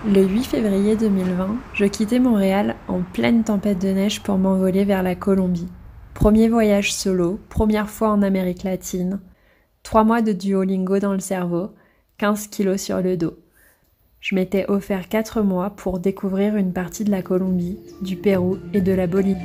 Le 8 février 2020, je quittais Montréal en pleine tempête de neige pour m'envoler vers la Colombie. Premier voyage solo, première fois en Amérique latine, 3 mois de Duolingo dans le cerveau, 15 kilos sur le dos. Je m'étais offert 4 mois pour découvrir une partie de la Colombie, du Pérou et de la Bolivie.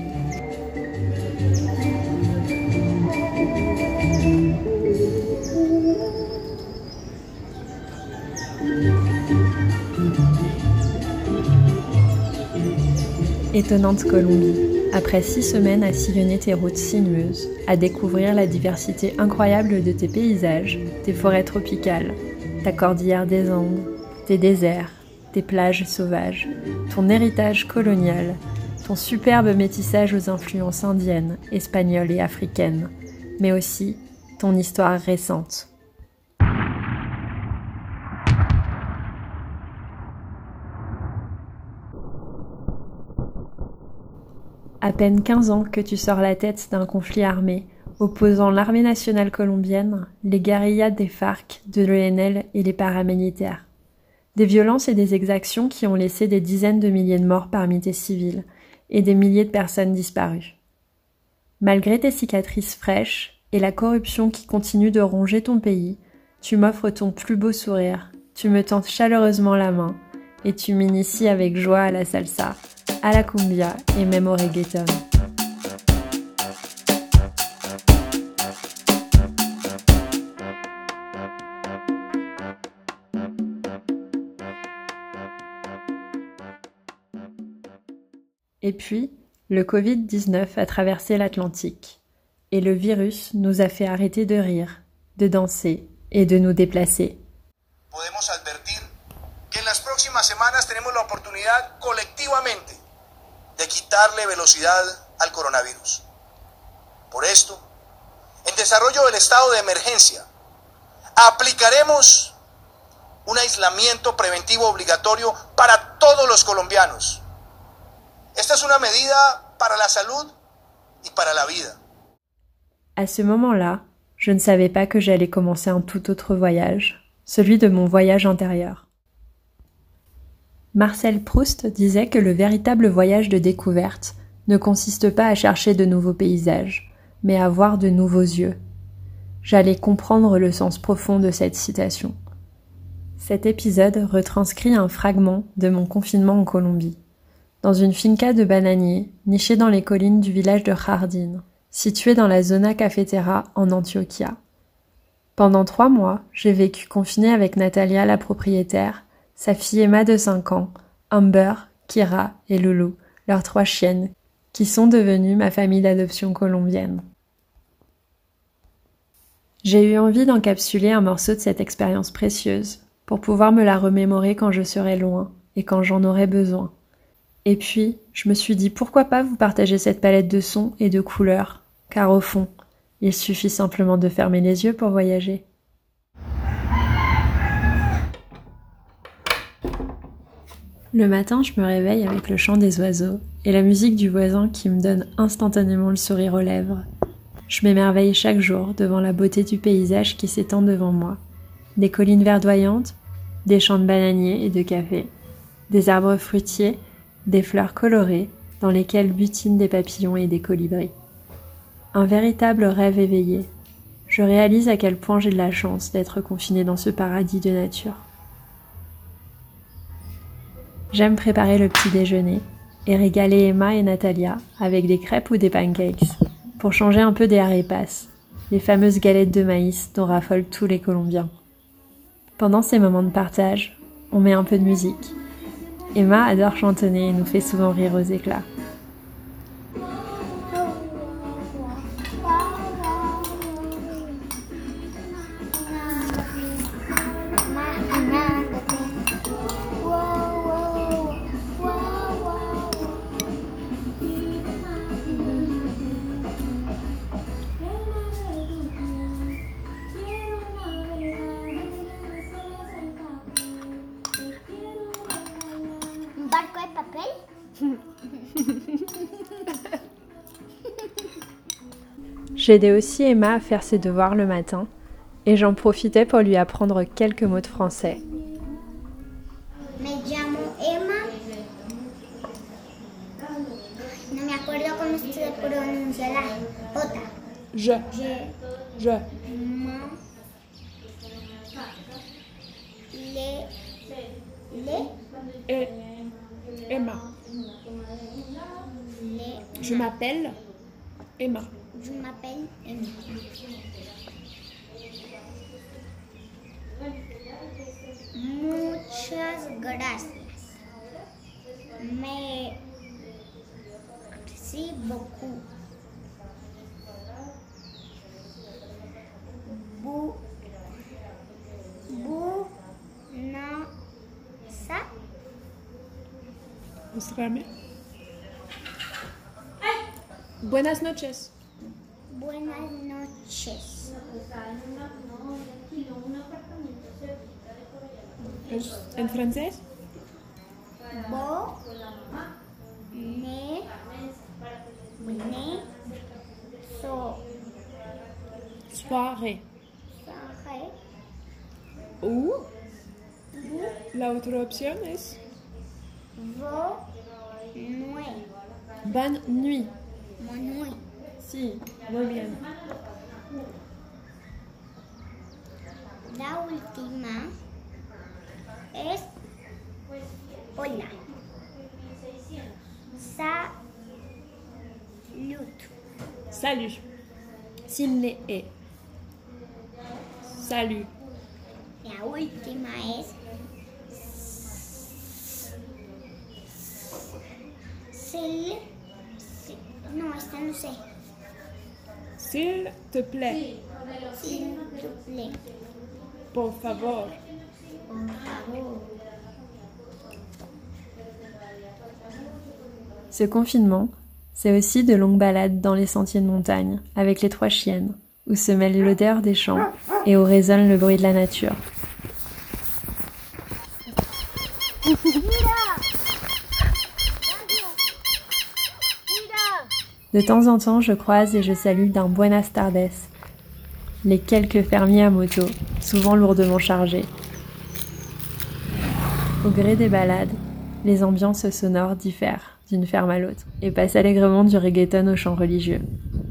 Étonnante Colombie, après 6 semaines à sillonner tes routes sinueuses, à découvrir la diversité incroyable de tes paysages, tes forêts tropicales, ta cordillère des Andes, tes déserts, tes plages sauvages, ton héritage colonial, ton superbe métissage aux influences indiennes, espagnoles et africaines, mais aussi ton histoire récente. À peine 15 ans que tu sors la tête d'un conflit armé, opposant l'armée nationale colombienne, les guérillas des FARC, de l'ENL et les paramilitaires. Des violences et des exactions qui ont laissé des dizaines de milliers de morts parmi tes civils et des milliers de personnes disparues. Malgré tes cicatrices fraîches et la corruption qui continue de ronger ton pays, tu m'offres ton plus beau sourire, tu me tends chaleureusement la main et tu m'inities avec joie à la salsa, à la cumbia et même au reggaeton. Et puis, le Covid-19 a traversé l'Atlantique, et le virus nous a fait arrêter de rire, de danser et de nous déplacer. Podemos advertir que en las próximas semanas tenemos la oportunidad colectivamente de quitarle velocidad al coronavirus. Por esto, en desarrollo del estado de emergencia, aplicaremos un aislamiento preventivo obligatorio para todos los colombianos. Esta es una medida para la salud y para la vida. À ce moment-là, je ne savais pas que j'allais commencer un tout autre voyage, celui de mon voyage intérieur. Marcel Proust disait que le véritable voyage de découverte ne consiste pas à chercher de nouveaux paysages, mais à voir de nouveaux yeux. J'allais comprendre le sens profond de cette citation. Cet épisode retranscrit un fragment de mon confinement en Colombie, dans une finca de bananiers nichée dans les collines du village de Jardín, située dans la Zona Cafetera en Antioquia. Pendant 3 mois, j'ai vécu confinée avec Natalia, la propriétaire, sa fille Emma de 5 ans, Amber, Kira et Loulou, leurs 3 chiennes, qui sont devenues ma famille d'adoption colombienne. J'ai eu envie d'encapsuler un morceau de cette expérience précieuse, pour pouvoir me la remémorer quand je serai loin et quand j'en aurai besoin. Et puis, je me suis dit pourquoi pas vous partager cette palette de sons et de couleurs, car au fond, il suffit simplement de fermer les yeux pour voyager. Le matin, je me réveille avec le chant des oiseaux et la musique du voisin qui me donne instantanément le sourire aux lèvres. Je m'émerveille chaque jour devant la beauté du paysage qui s'étend devant moi. Des collines verdoyantes, des champs de bananiers et de café, des arbres fruitiers, des fleurs colorées dans lesquelles butinent des papillons et des colibris. Un véritable rêve éveillé. Je réalise à quel point j'ai de la chance d'être confinée dans ce paradis de nature. J'aime préparer le petit déjeuner et régaler Emma et Natalia avec des crêpes ou des pancakes pour changer un peu des arepas, les fameuses galettes de maïs dont raffolent tous les Colombiens. Pendant ces moments de partage, on met un peu de musique. Emma adore chantonner et nous fait souvent rire aux éclats. Barco de papel. J'aidais aussi Emma à faire ses devoirs le matin et j'en profitais pour lui apprendre quelques mots de français. Me llamo Ota. Je. Je. Ma. Le. Emma. Je m'appelle Emma. Je m'appelle Emma. Muchas gracias. Merci beaucoup. Buenas noches. Buenas noches. En francés? Soirée. Ou la otra opción es bonne nuit. Sí, muy bien. La última es hola. Salut. Sin le e. Salut. La última es no, esta no sé. S'il te plaît. S'il te plaît. Por favor. Por favor. Ce confinement, c'est aussi de longues balades dans les sentiers de montagne avec les 3 chiennes, où se mêle l'odeur des champs et où résonne le bruit de la nature. De temps en temps, je croise et je salue d'un buenas tardes les quelques fermiers à moto, souvent lourdement chargés. Au gré des balades, les ambiances sonores diffèrent d'une ferme à l'autre et passent allègrement du reggaeton au chant religieux.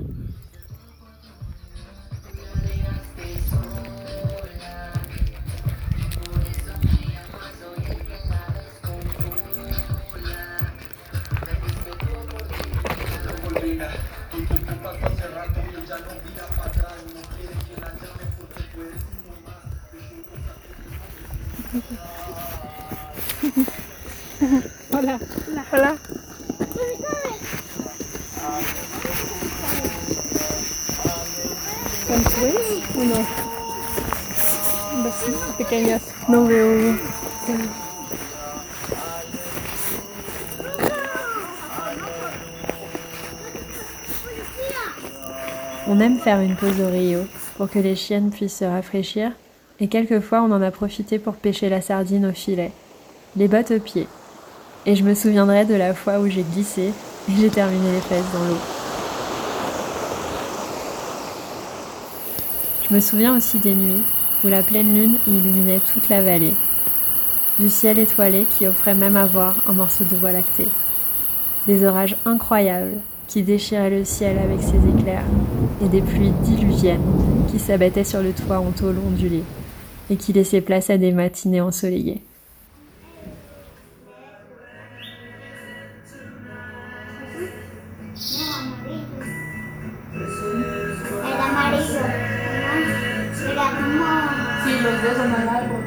Hola. Hola. ¿Son twins o no? Pequeñas. No veo. On aime faire une pause au Rio pour que les chiennes puissent se rafraîchir et quelquefois on en a profité pour pêcher la sardine au filet, les bottes aux pieds. Et je me souviendrai de la fois où j'ai glissé et j'ai terminé les fesses dans l'eau. Je me souviens aussi des nuits où la pleine lune illuminait toute la vallée, du ciel étoilé qui offrait même à voir un morceau de voie lactée, des orages incroyables qui déchiraient le ciel avec ses éclairs et des pluies diluviennes qui s'abattaient sur le toit en tôle ondulée et qui laissaient place à des matinées ensoleillées. El amarillo. Mira cómo. Sí, los dos son más largos.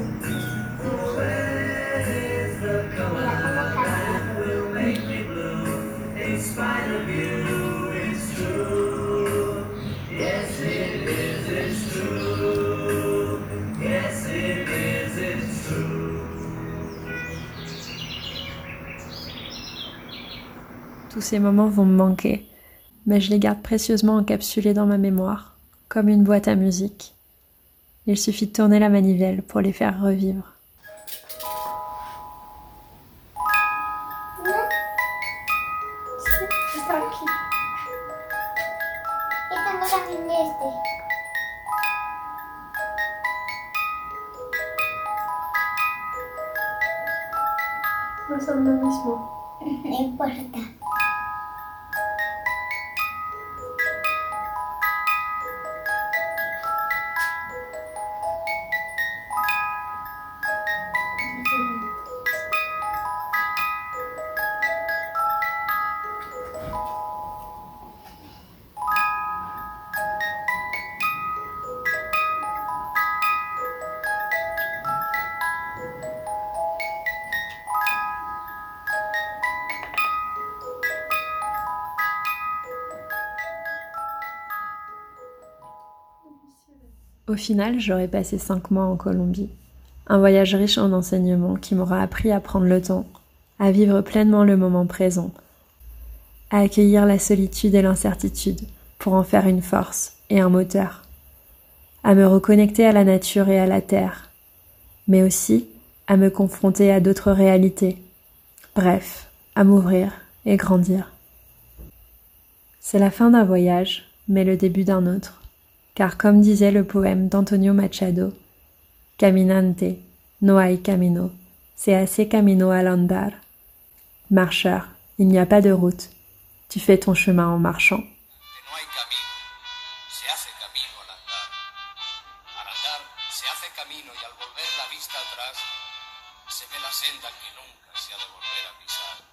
Mira cómo cambia. Tous ces moments vont me manquer, mais je les garde précieusement encapsulés dans ma mémoire, comme une boîte à musique. Il suffit de tourner la manivelle pour les faire revivre. Está aquí. Y tengo también este. No son lo mismo. No importa. Au final, j'aurais passé 5 mois en Colombie. Un voyage riche en enseignements qui m'aura appris à prendre le temps, à vivre pleinement le moment présent, à accueillir la solitude et l'incertitude pour en faire une force et un moteur, à me reconnecter à la nature et à la terre, mais aussi à me confronter à d'autres réalités, bref, à m'ouvrir et grandir. C'est la fin d'un voyage, mais le début d'un autre, car comme disait le poème d'Antonio Machado, Caminante, no hay camino, se hace camino al andar. Marcheur, il n'y a pas de route, tu fais ton chemin en marchant. No hay camino, se hace camino al andar. Al andar se hace camino y al volver la vista atrás se ve la senda que nunca se ha de volver a pisar.